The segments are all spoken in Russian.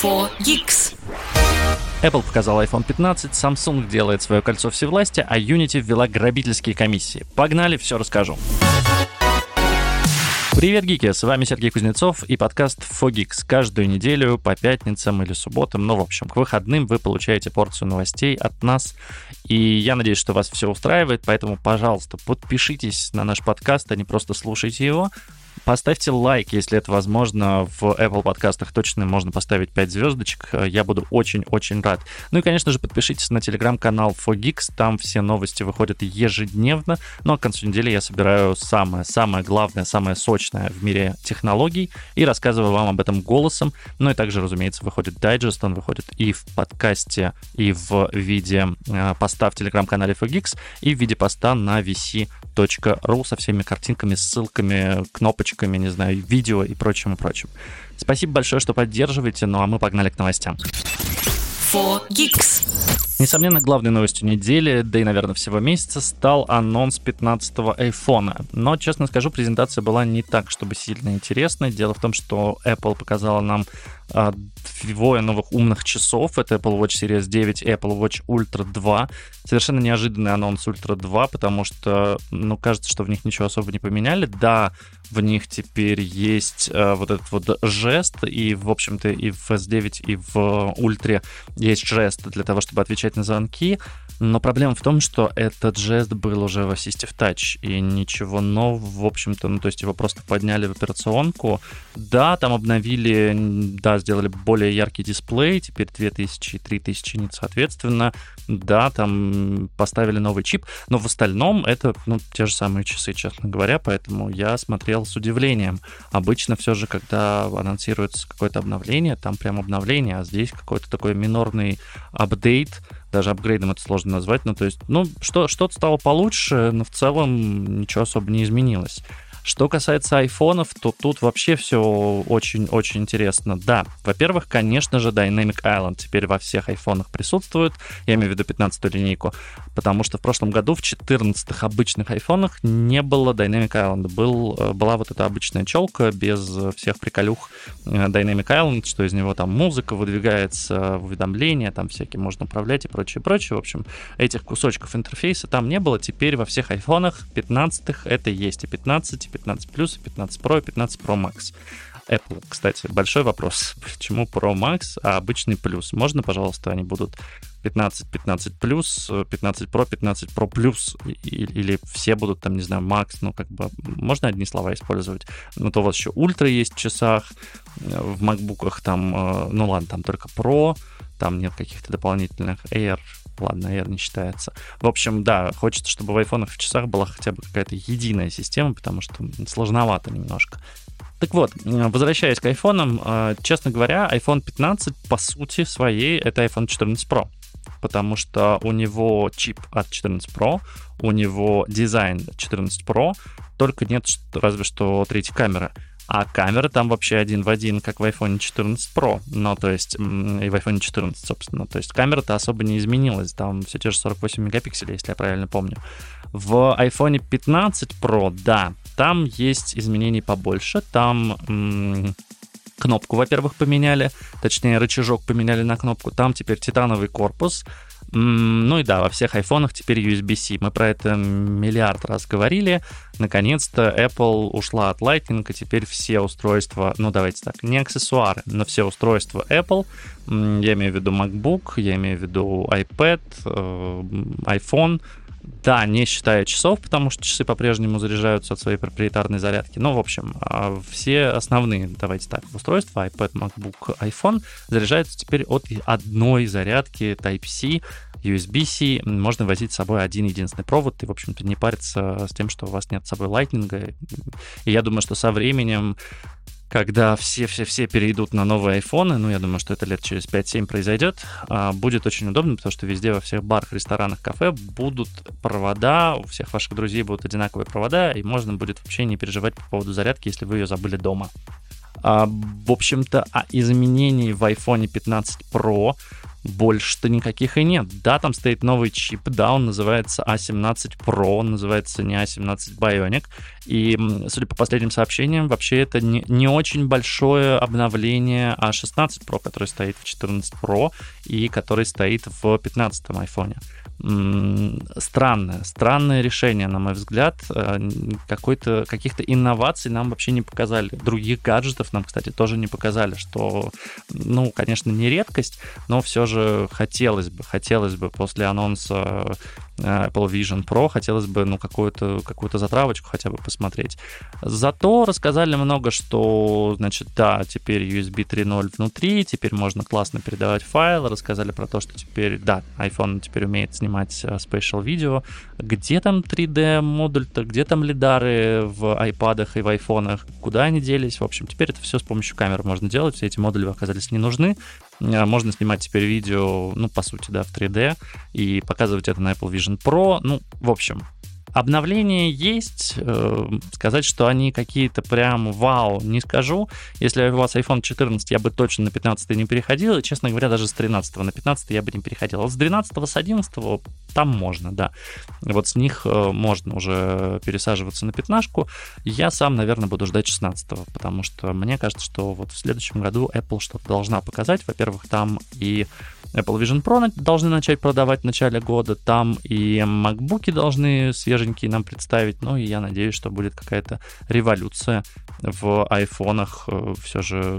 4Geeks. Apple показал iPhone 15, Samsung делает свое кольцо всевластия, а Unity ввела грабительские комиссии. Погнали, все расскажу. Привет, гики! С вами Сергей Кузнецов и подкаст 4Geeks. Каждую неделю по пятницам или субботам, в общем, к выходным вы получаете порцию новостей от нас. И я надеюсь, что вас все устраивает, поэтому, пожалуйста, подпишитесь на наш подкаст, а не просто слушайте его. Поставьте лайк, если это возможно. В Apple подкастах точно можно поставить 5 звездочек. Я буду очень-очень рад. Ну и, конечно же, подпишитесь на телеграм-канал 4Geeks. Там все новости выходят ежедневно. Ну а к концу недели я собираю самое главное, самое сочное в мире технологий и рассказываю вам об этом голосом. Ну и также, разумеется, выходит дайджест. Он выходит и в подкасте, и в виде поста в телеграм-канале 4Geeks, и в виде поста на vc.ru со всеми картинками, ссылками, кнопочками, не знаю, видео и прочим, и прочим. Спасибо большое, что поддерживаете, ну а мы погнали к новостям. 4Geeks. Несомненно, главной новостью недели, да и, наверное, всего месяца, стал анонс 15-го айфона. Но, честно скажу, презентация была не так, чтобы сильно интересной. Дело в том, что Apple показала нам двое новых умных часов. Это Apple Watch Series 9 и Apple Watch Ultra 2. Совершенно неожиданный анонс Ultra 2, потому что, кажется, что в них ничего особо не поменяли. Да, в них теперь есть вот этот вот жест, и, в общем-то, и в S9, и в Ultra есть жест для того, чтобы отвечать на звонки. Но проблема в том, что этот жест был уже в Assistive Touch, и ничего нового, в общем-то, то есть его просто подняли в операционку. Да, там обновили, да, сделали более яркий дисплей, теперь 2000 и 3000 нит соответственно. Да, там поставили новый чип, но в остальном это, те же самые часы, честно говоря, поэтому я смотрел с удивлением. Обычно все же, когда анонсируется какое-то обновление, там прям обновление, а здесь какой-то такой минорный апдейт, даже апгрейдом это сложно назвать, то есть, что-то стало получше, но в целом ничего особо не изменилось. Что касается айфонов, то тут вообще все очень-очень интересно. Да, во-первых, конечно же, Dynamic Island теперь во всех айфонах присутствует. Я имею в виду 15-ю линейку. Потому что в прошлом году в 14-х обычных айфонах не было Dynamic Island. Была вот эта обычная челка без всех приколюх Dynamic Island, что из него там музыка выдвигается, уведомления, там всякие можно управлять и прочее. В общем, этих кусочков интерфейса там не было. Теперь во всех айфонах 15-х это есть. И 15, и 15 Plus, 15 Pro, 15 Pro Max. Apple, кстати, большой вопрос. Почему Pro Max, а обычный Plus? Можно, пожалуйста, они будут 15, 15 Plus, 15 Pro, 15 Pro Plus, или все будут там, не знаю, Max, можно одни слова использовать. То у вас еще Ultra есть в часах, в MacBook'ах там, ладно, там только Pro, там нет каких-то дополнительных Air. Ладно, Air не считается. В общем, да, хочется, чтобы в айфонах в часах была хотя бы какая-то единая система, потому что сложновато немножко. Так вот, возвращаясь к айфонам, честно говоря, iPhone 15 по сути своей это iPhone 14 Pro, потому что у него чип от 14 Pro, у него дизайн 14 Pro, только нет разве что третьей камеры. А камера там вообще один в один, как в iPhone 14 Pro, то есть и в iPhone 14, собственно. То есть камера-то особо не изменилась, там все те же 48 мегапикселей, если я правильно помню. В iPhone 15 Pro, да, там есть изменений побольше, там кнопку, во-первых, поменяли, точнее, рычажок поменяли на кнопку, там теперь титановый корпус. И да, во всех айфонах теперь USB-C. Мы про это миллиард раз говорили. Наконец-то Apple ушла от Lightning, и теперь все устройства, давайте так, не аксессуары, но все устройства Apple, я имею в виду MacBook, я имею в виду iPad, iPhone, да, не считая часов, потому что часы по-прежнему заряжаются от своей проприетарной зарядки. В общем, все основные, давайте так, устройства, iPad, MacBook, iPhone, заряжаются теперь от одной зарядки Type-C, USB-C. Можно возить с собой один единственный провод и, в общем-то, не париться с тем, что у вас нет с собой Lightning. И я думаю, что со временем, когда все перейдут на новые айфоны, я думаю, что это лет через 5-7 произойдет, будет очень удобно, потому что везде, во всех барах, ресторанах, кафе будут провода, у всех ваших друзей будут одинаковые провода, и можно будет вообще не переживать по поводу зарядки, если вы ее забыли дома. В общем-то, о изменении в iPhone 15 Pro больше-то никаких и нет. Да, там стоит новый чип, да, он называется A17 Pro, он называется не A17 Bionic, и, судя по последним сообщениям, вообще это не очень большое обновление A16 Pro, который стоит в 14 Pro и который стоит в 15 айфоне. Странное решение, на мой взгляд. Каких-то инноваций нам вообще не показали. Других гаджетов нам, кстати, тоже не показали, что, конечно, не редкость, но все же хотелось бы после анонса Apple Vision Pro, хотелось бы, какую-то затравочку хотя бы посмотреть. Зато рассказали много, что, значит, да, теперь USB 3.0 внутри, теперь можно классно передавать файлы, рассказали про то, что теперь, да, iPhone теперь умеет снимать spatial видео. Где там 3D-модуль-то, где там лидары в айпадах и в айфонах, куда они делись? В общем, теперь это все с помощью камеры можно делать, все эти модули оказались не нужны. Можно снимать теперь видео, по сути, да, в 3D и показывать это на Apple Vision Pro. В общем, обновления есть. Сказать, что они какие-то прям вау, не скажу. Если у вас iPhone 14, я бы точно на 15 не переходил. И, честно говоря, даже с 13 на 15 я бы не переходил. А с 12 с 11 там можно, да. Вот с них можно уже пересаживаться на 15-ку. Я сам, наверное, буду ждать 16-го, потому что мне кажется, что вот в следующем году Apple что-то должна показать. Во-первых, там и Apple Vision Pro должны начать продавать в начале года, там и MacBook'и должны свеженькие нам представить, и я надеюсь, что будет какая-то революция в айфонах. Все же,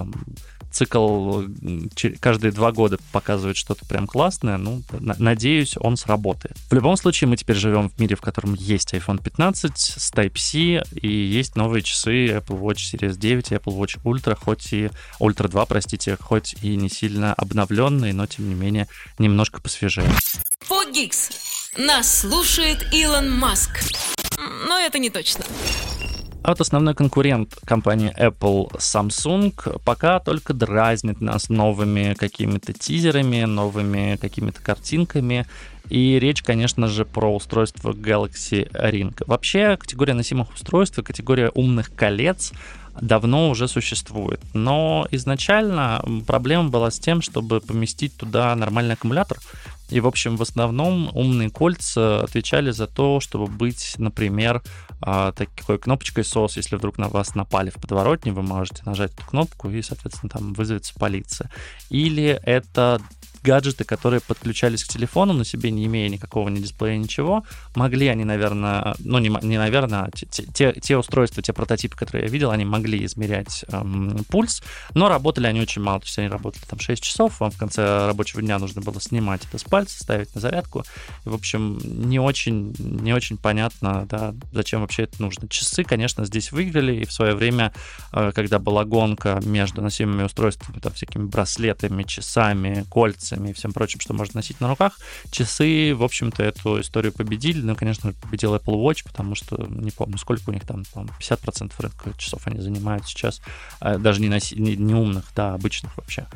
цикл каждые 2 года показывает что-то прям классное. Надеюсь, он сработает. В любом случае, мы теперь живем в мире, в котором есть iPhone 15 с Type-C, и есть новые часы Apple Watch Series 9 и Apple Watch Ultra, Ultra 2, хоть и не сильно обновленные, но, тем не менее, немножко посвежее. Фогикс. Нас слушает Илон Маск. Но это не точно. А вот основной конкурент компании Apple, Samsung, пока только дразнит нас новыми какими-то тизерами, новыми какими-то картинками. И речь, конечно же, про устройство Galaxy Ring. Вообще, категория носимых устройств и категория умных колец давно уже существует. Но изначально проблема была с тем, чтобы поместить туда нормальный аккумулятор. И, в общем, в основном умные кольца отвечали за то, чтобы быть, например, такой кнопочкой SOS. Если вдруг на вас напали в подворотне, вы можете нажать эту кнопку, и, соответственно, там вызовется полиция. Или это гаджеты, которые подключались к телефону, на себе не имея никакого ни дисплея, ничего. Могли они, наверное, не наверное, те устройства, те прототипы, которые я видел, они могли измерять пульс, но работали они очень мало. То есть они работали там 6 часов, вам в конце рабочего дня нужно было снимать это с пальца, ставить на зарядку. И, в общем, не очень понятно, да, зачем вообще это нужно. Часы, конечно, здесь выиграли, и в свое время, когда была гонка между носимыми устройствами, там, всякими браслетами, часами, кольцами, и всем прочим, что можно носить на руках, часы, в общем-то, эту историю победили. Конечно, победил Apple Watch, потому что, не помню, сколько у них там 50% рынка часов они занимают сейчас, даже не умных, да, обычных вообще.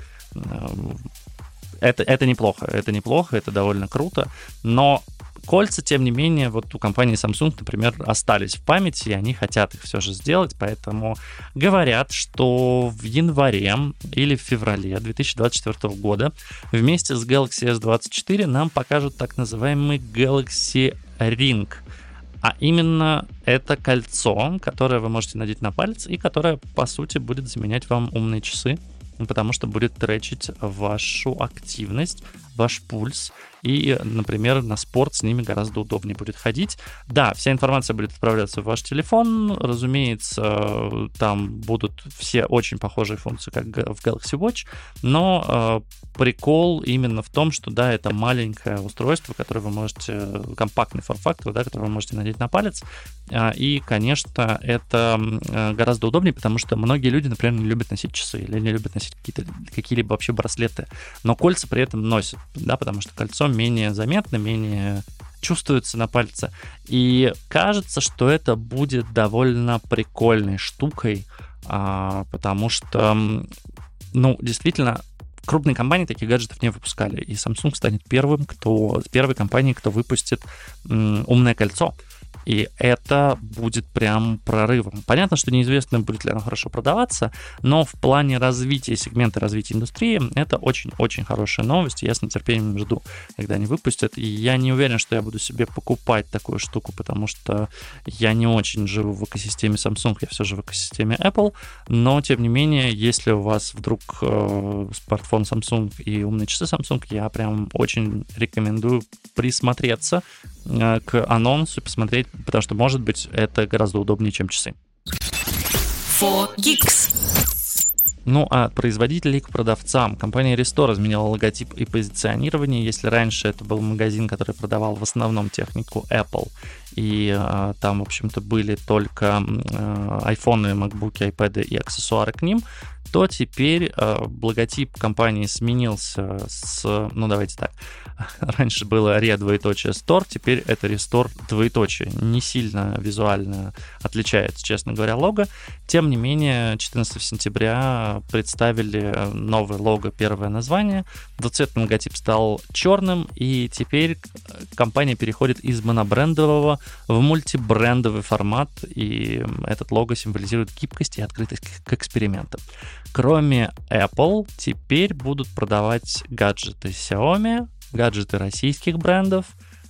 Это неплохо, это довольно круто, но кольца, тем не менее, вот у компании Samsung, например, остались в памяти, и они хотят их все же сделать, поэтому говорят, что в январе или в феврале 2024 года вместе с Galaxy S24 нам покажут так называемый Galaxy Ring. А именно это кольцо, которое вы можете надеть на палец и которое, по сути, будет заменять вам умные часы, потому что будет тречить вашу активность, ваш пульс, и, например, на спорт с ними гораздо удобнее будет ходить. Да, вся информация будет отправляться в ваш телефон, разумеется, там будут все очень похожие функции, как в Galaxy Watch, но прикол именно в том, что, да, это маленькое устройство, которое вы можете, компактный форм-фактор, да, который вы можете надеть на палец, и, конечно, это гораздо удобнее, потому что многие люди, например, не любят носить часы или не любят носить какие-либо вообще браслеты, но кольца при этом носят, да, потому что кольцо менее заметно, менее чувствуется на пальце. И кажется, что это будет довольно прикольной штукой, потому что, действительно, крупные компании таких гаджетов не выпускали. И Samsung станет первой компанией, кто выпустит умное кольцо. И это будет прям прорывом. Понятно, что неизвестно, будет ли оно хорошо продаваться, но в плане развития сегмента, развития индустрии, это очень-очень хорошая новость. Я с нетерпением жду, когда они выпустят. И я не уверен, что я буду себе покупать такую штуку, потому что я не очень живу в экосистеме Samsung, я все же в экосистеме Apple. Но, тем не менее, если у вас вдруг смартфон Samsung и умные часы Samsung, я прям очень рекомендую присмотреться к анонсу, посмотреть, потому что, может быть, это гораздо удобнее, чем часы. 4Geeks. Ну, а от производителей к продавцам. Компания Restore изменила логотип и позиционирование. Если раньше это был магазин, который продавал в основном технику Apple, и там, в общем-то, были только айфоны, макбуки, айпэды и аксессуары к ним, то теперь логотип компании сменился с, ну, давайте так, раньше было Re двоеточие Store, теперь это Restore двоеточие. Не сильно визуально отличается, честно говоря, лого. Тем не менее, 14 сентября представили новое лого, первое название. Двуцветный логотип стал черным, и теперь компания переходит из монобрендового в мультибрендовый формат, и этот лого символизирует гибкость и открытость к экспериментам. Кроме Apple, теперь будут продавать гаджеты Xiaomi, гаджеты российских брендов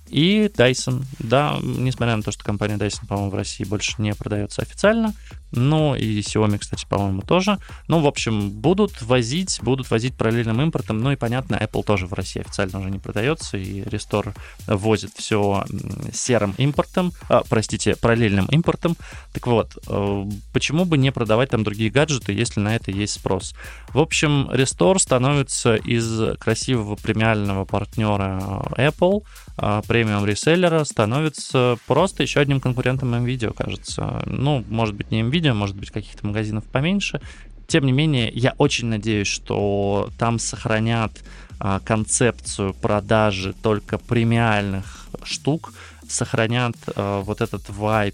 и Dyson. Да, несмотря на то, что компания Dyson, по-моему, в России больше не продается официально, ну и Xiaomi, кстати, по-моему, тоже. Ну, в общем, будут возить параллельным импортом. Ну и, понятно, Apple тоже в России официально уже не продается, и Restore возит все серым импортом, параллельным импортом. Так вот, почему бы не продавать там другие гаджеты, если на это есть спрос? В общем, Restore становится из красивого премиального партнера Apple, премиум реселлера, становится просто еще одним конкурентом NVIDIA, кажется. Ну, может быть, не NVIDIA, может быть, каких-то магазинов поменьше. Тем не менее, я очень надеюсь, что там сохранят концепцию продажи только премиальных штук, сохранят вот этот вайб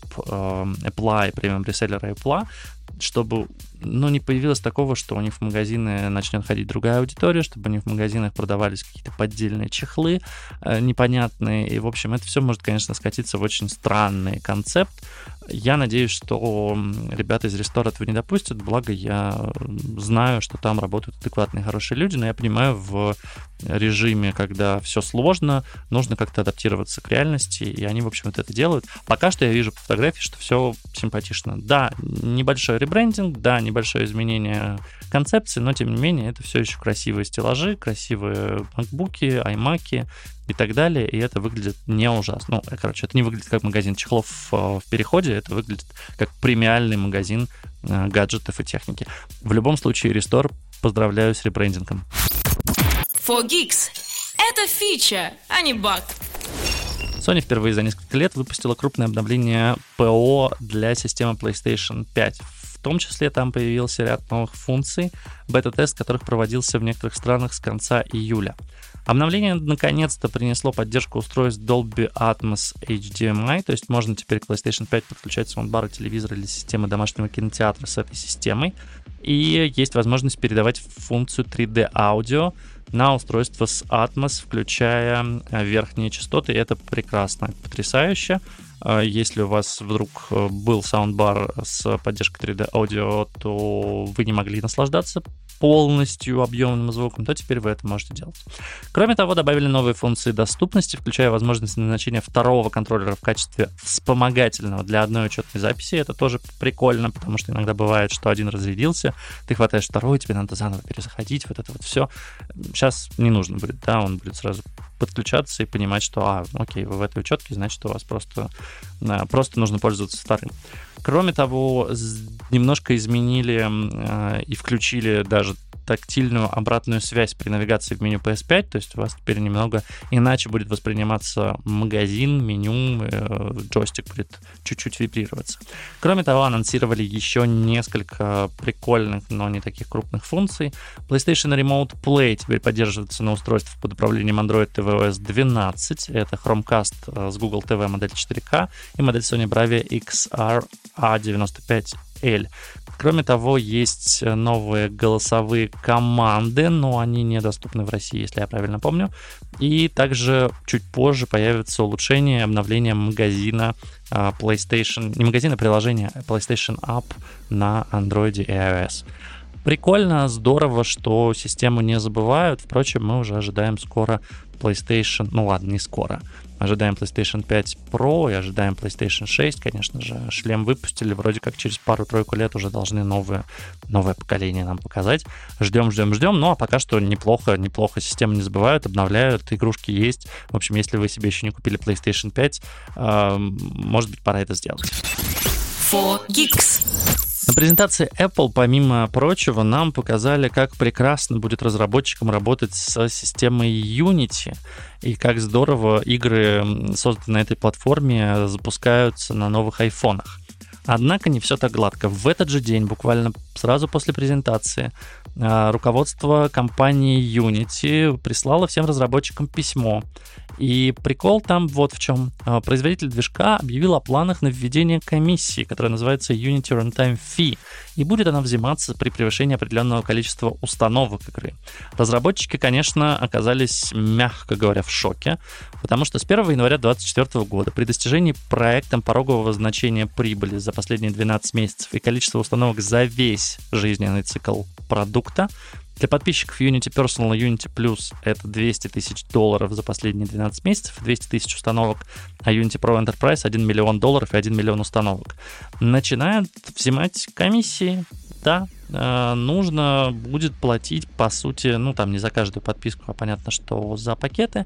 Apple, премиум реселлера Apple, чтобы, ну, не появилось такого, что у них в магазины начнет ходить другая аудитория, чтобы у них в магазинах продавались какие-то поддельные чехлы непонятные, и, в общем, это все может, конечно, скатиться в очень странный концепт. Я надеюсь, что ребята из Restore этого не допустят, благо я знаю, что там работают адекватные, хорошие люди, но я понимаю, в режиме, когда все сложно, нужно как-то адаптироваться к реальности, и они, в общем, это делают. Пока что я вижу по фотографии, что все симпатично. Да, небольшой ребрендинг, да, небольшое изменение концепции, но, тем не менее, это все еще красивые стеллажи, красивые макбуки, аймаки и так далее, и это выглядит не ужасно. Ну, короче, это не выглядит как магазин чехлов в переходе, это выглядит как премиальный магазин гаджетов и техники. В любом случае, Restore поздравляю с ребрендингом. 4Geeks. Это фича, а не баг. Sony впервые за несколько лет выпустила крупное обновление ПО для системы PlayStation 5. В том числе там появился ряд новых функций, бета-тест которых проводился в некоторых странах с конца июля. Обновление наконец-то принесло поддержку устройств Dolby Atmos HDMI, то есть можно теперь к PlayStation 5 подключать саундбар, телевизор или системы домашнего кинотеатра с этой системой. И есть возможность передавать функцию 3D-аудио на устройство с Atmos, включая верхние частоты, и это прекрасно, потрясающе. Если у вас вдруг был саундбар с поддержкой 3D-аудио, то вы не могли наслаждаться полностью объемным звуком, то теперь вы это можете делать. Кроме того, добавили новые функции доступности, включая возможность назначения второго контроллера в качестве вспомогательного для одной учетной записи. Это тоже прикольно, потому что иногда бывает, что один разрядился, ты хватаешь второй, тебе надо заново перезаходить, вот это вот все. Сейчас не нужно будет, да, он будет сразу подключаться и понимать, что, окей, вы в этой учетке, значит, у вас просто нужно пользоваться вторым. Кроме того, немножко изменили и включили даже тактильную обратную связь при навигации в меню PS5, то есть у вас теперь немного иначе будет восприниматься магазин, меню, джойстик будет чуть-чуть вибрироваться. Кроме того, анонсировали еще несколько прикольных, но не таких крупных функций. PlayStation Remote Play теперь поддерживается на устройствах под управлением Android tvOS 12. Это Chromecast с Google TV модель 4K и модель Sony Bravia XR A95L. Кроме того, есть новые голосовые команды, но они недоступны в России, если я правильно помню. И также чуть позже появится улучшение, обновление магазина PlayStation, не магазина, а приложения PlayStation App на Android и iOS. Прикольно, здорово, что систему не забывают. Впрочем, мы уже ожидаем скоро PlayStation... Ну ладно, не скоро. Ожидаем PlayStation 5 Pro и ожидаем PlayStation 6. Конечно же, шлем выпустили. Вроде как через пару-тройку лет уже должны новое поколение нам показать. Ждем. Ну, а пока что неплохо. Систему не забывают, обновляют. Игрушки есть. В общем, если вы себе еще не купили PlayStation 5, может быть, пора это сделать. 4Geeks. На презентации Apple, помимо прочего, нам показали, как прекрасно будет разработчикам работать с системой Unity и как здорово игры, созданные на этой платформе, запускаются на новых айфонах. Однако не все так гладко. В этот же день, буквально сразу после презентации, руководство компании Unity прислало всем разработчикам письмо. И прикол там вот в чем. Производитель движка объявил о планах на введение комиссии, которая называется Unity Runtime Fee, и будет она взиматься при превышении определенного количества установок игры. Разработчики, конечно, оказались, мягко говоря, в шоке, потому что с 1 января 2024 года при достижении проектом порогового значения прибыли за последние 12 месяцев и количество установок за весь жизненный цикл продукта, для подписчиков Unity Personal и Unity Plus это $200 000 за последние 12 месяцев, 200 000 установок, а Unity Pro Enterprise $1 миллион и 1 миллион установок. Начинают взимать комиссии, да, нужно будет платить, по сути, ну, там не за каждую подписку, а понятно, что за пакеты,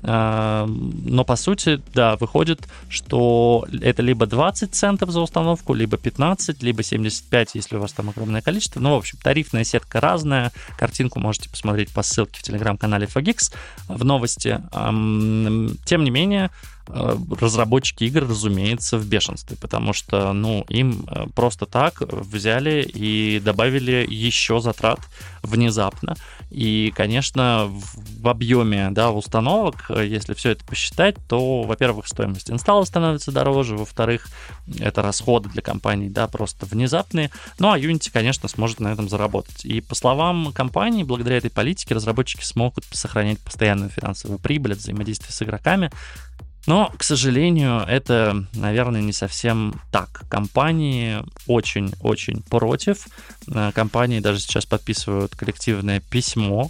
но, по сути, да, выходит, что это либо 20 центов за установку, либо 15, либо 75, если у вас там огромное количество. Ну, в общем, тарифная сетка разная, картинку можете посмотреть по ссылке в телеграм-канале 4Geeks в новости. Тем не менее, разработчики игр, разумеется, в бешенстве, потому что, ну, им просто так взяли и добавили еще затрат внезапно. И, конечно, в объеме, да, установок, если все это посчитать, то, во-первых, стоимость инсталла становится дороже, во-вторых, это расходы для компаний, да, просто внезапные. Ну, а Unity, конечно, сможет на этом заработать. И, по словам компании, благодаря этой политике разработчики смогут сохранять постоянную финансовую прибыль от взаимодействия с игроками. Но, к сожалению, это, наверное, не совсем так. Компании очень-очень против. Компании даже сейчас подписывают коллективное письмо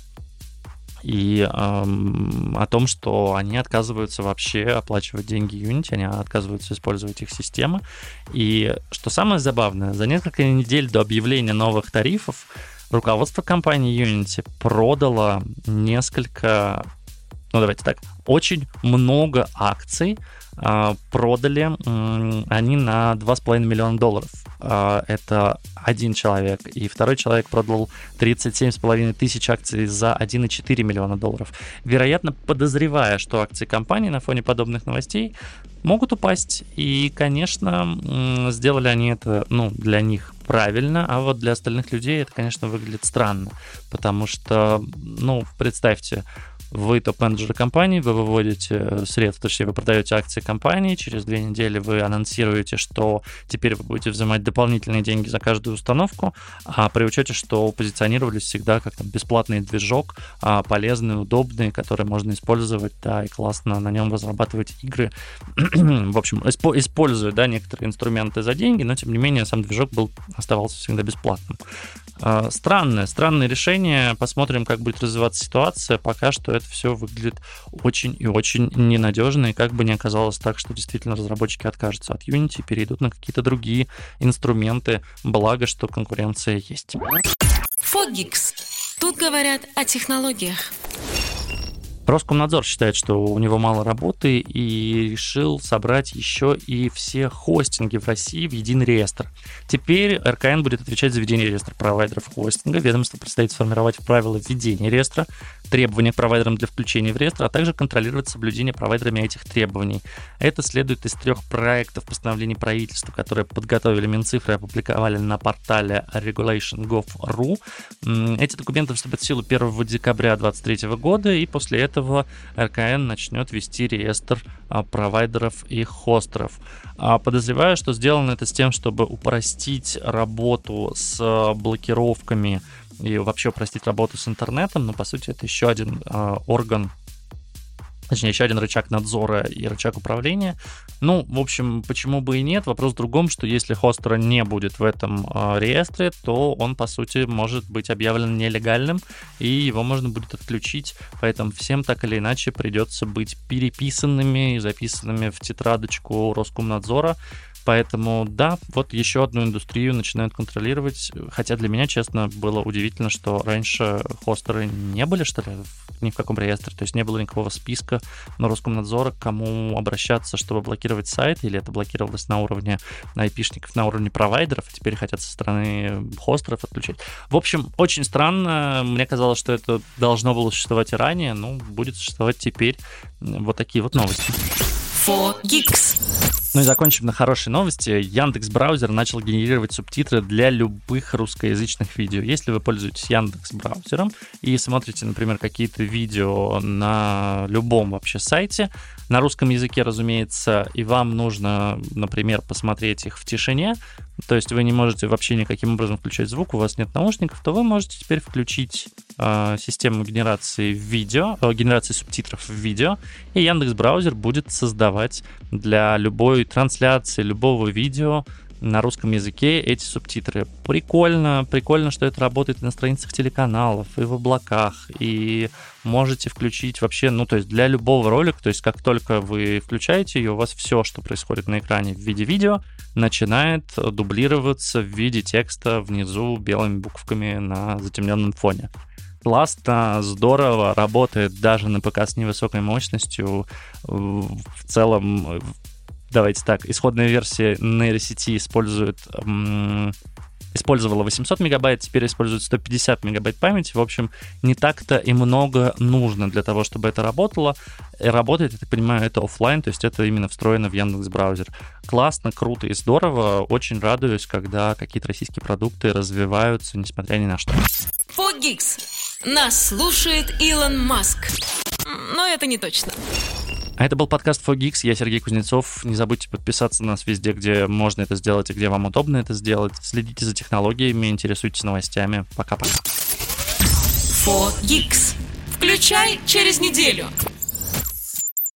и о том, что они отказываются вообще оплачивать деньги Unity, они отказываются использовать их системы. И что самое забавное, за несколько недель до объявления новых тарифов руководство компании Unity продало несколько... Ну, давайте так, очень много акций продали они на $2,5 миллиона. Это один человек. И второй человек продал 37,5 тысяч акций за $1,4 миллиона. Вероятно, подозревая, что акции компании на фоне подобных новостей могут упасть. И, конечно, сделали они это, ну, для них правильно, а вот для остальных людей это, конечно, выглядит странно. Потому что, ну, представьте, вы топ-менеджер компании, вы выводите средства, точнее, вы продаете акции компании, через 2 недели вы анонсируете, что теперь вы будете взимать дополнительные деньги за каждую установку, а при учете, что позиционировались всегда как там бесплатный движок, полезный, удобный, который можно использовать, да, и классно на нем разрабатывать игры. В общем, используя, да, некоторые инструменты за деньги, но тем не менее сам движок оставался всегда бесплатным. Странное решение. Посмотрим, как будет развиваться ситуация. Пока что это все выглядит очень и очень ненадежно, и как бы не оказалось так, что действительно разработчики откажутся от Unity и перейдут на какие-то другие инструменты, благо, что конкуренция есть. 4Geeks. Тут говорят о технологиях. Роскомнадзор считает, что у него мало работы и решил собрать еще и все хостинги в России в единый реестр. Теперь РКН будет отвечать за ведение реестра провайдеров хостинга. Ведомству предстоит сформировать правила введения реестра, требования к провайдерам для включения в реестр, а также контролировать соблюдение провайдерами этих требований. Это следует из 3 проектов постановлений правительства, которые подготовили Минцифры и опубликовали на портале regulation.gov.ru. Эти документы вступят в силу 1 декабря 2023 года, и после этого этого РКН начнет вести реестр провайдеров и хостеров. Подозреваю, что сделано это с тем, чтобы упростить работу с блокировками и вообще упростить работу с интернетом, но по сути это еще один орган, точнее, еще один рычаг надзора и рычаг управления. Ну, в общем, почему бы и нет? Вопрос в другом, что если хостера не будет в этом реестре, то он, по сути, может быть объявлен нелегальным, и его можно будет отключить. Поэтому всем так или иначе придется быть переписанными и записанными в тетрадочку Роскомнадзора. Поэтому, да, вот еще одну индустрию начинают контролировать. Хотя для меня, честно, было удивительно, что раньше хостеры не были, что ли, ни в каком реестре. То есть не было никакого списка на Роскомнадзора, к кому обращаться, чтобы блокировать сайт, или это блокировалось на уровне айпишников, на уровне провайдеров, а теперь хотят со стороны хостеров отключить. В общем, очень странно. Мне казалось, что это должно было существовать и ранее, но будет существовать теперь. Вот такие вот новости. 4Geeks. Ну и закончим на хорошей новости. Яндекс.Браузер начал генерировать субтитры для любых русскоязычных видео. Если вы пользуетесь Яндекс.Браузером и смотрите, например, какие-то видео на любом вообще сайте, на русском языке, разумеется, и вам нужно, например, посмотреть их в тишине, то есть вы не можете вообще никаким образом включать звук, у вас нет наушников, то вы можете теперь включить систему генерации видео, генерации субтитров в видео, и Яндекс.Браузер будет создавать для любой трансляции, любого видео на русском языке эти субтитры. Прикольно, что это работает и на страницах телеканалов, и в облаках, и можете включить вообще, ну, то есть для любого ролика, то есть как только вы включаете ее, у вас все, что происходит на экране в виде видео, начинает дублироваться в виде текста внизу белыми буквами на затемненном фоне. Классно, здорово, работает даже на ПК с невысокой мощностью. В целом, давайте так, исходная версия нейросети использовала 800 мегабайт, теперь использует 150 мегабайт памяти. В общем, не так-то и много нужно для того, чтобы это работало. И работает, я так понимаю, это офлайн, то есть это именно встроено в Яндекс.Браузер. Классно, круто и здорово. Очень радуюсь, когда какие-то российские продукты развиваются, несмотря ни на что. 4Geeks. Нас слушает Илон Маск. Но это не точно. А это был подкаст 4Geeks. Я Сергей Кузнецов. Не забудьте подписаться на нас везде, где можно это сделать и где вам удобно это сделать. Следите за технологиями, интересуйтесь новостями. Пока-пока. 4Geeks. Включай через неделю.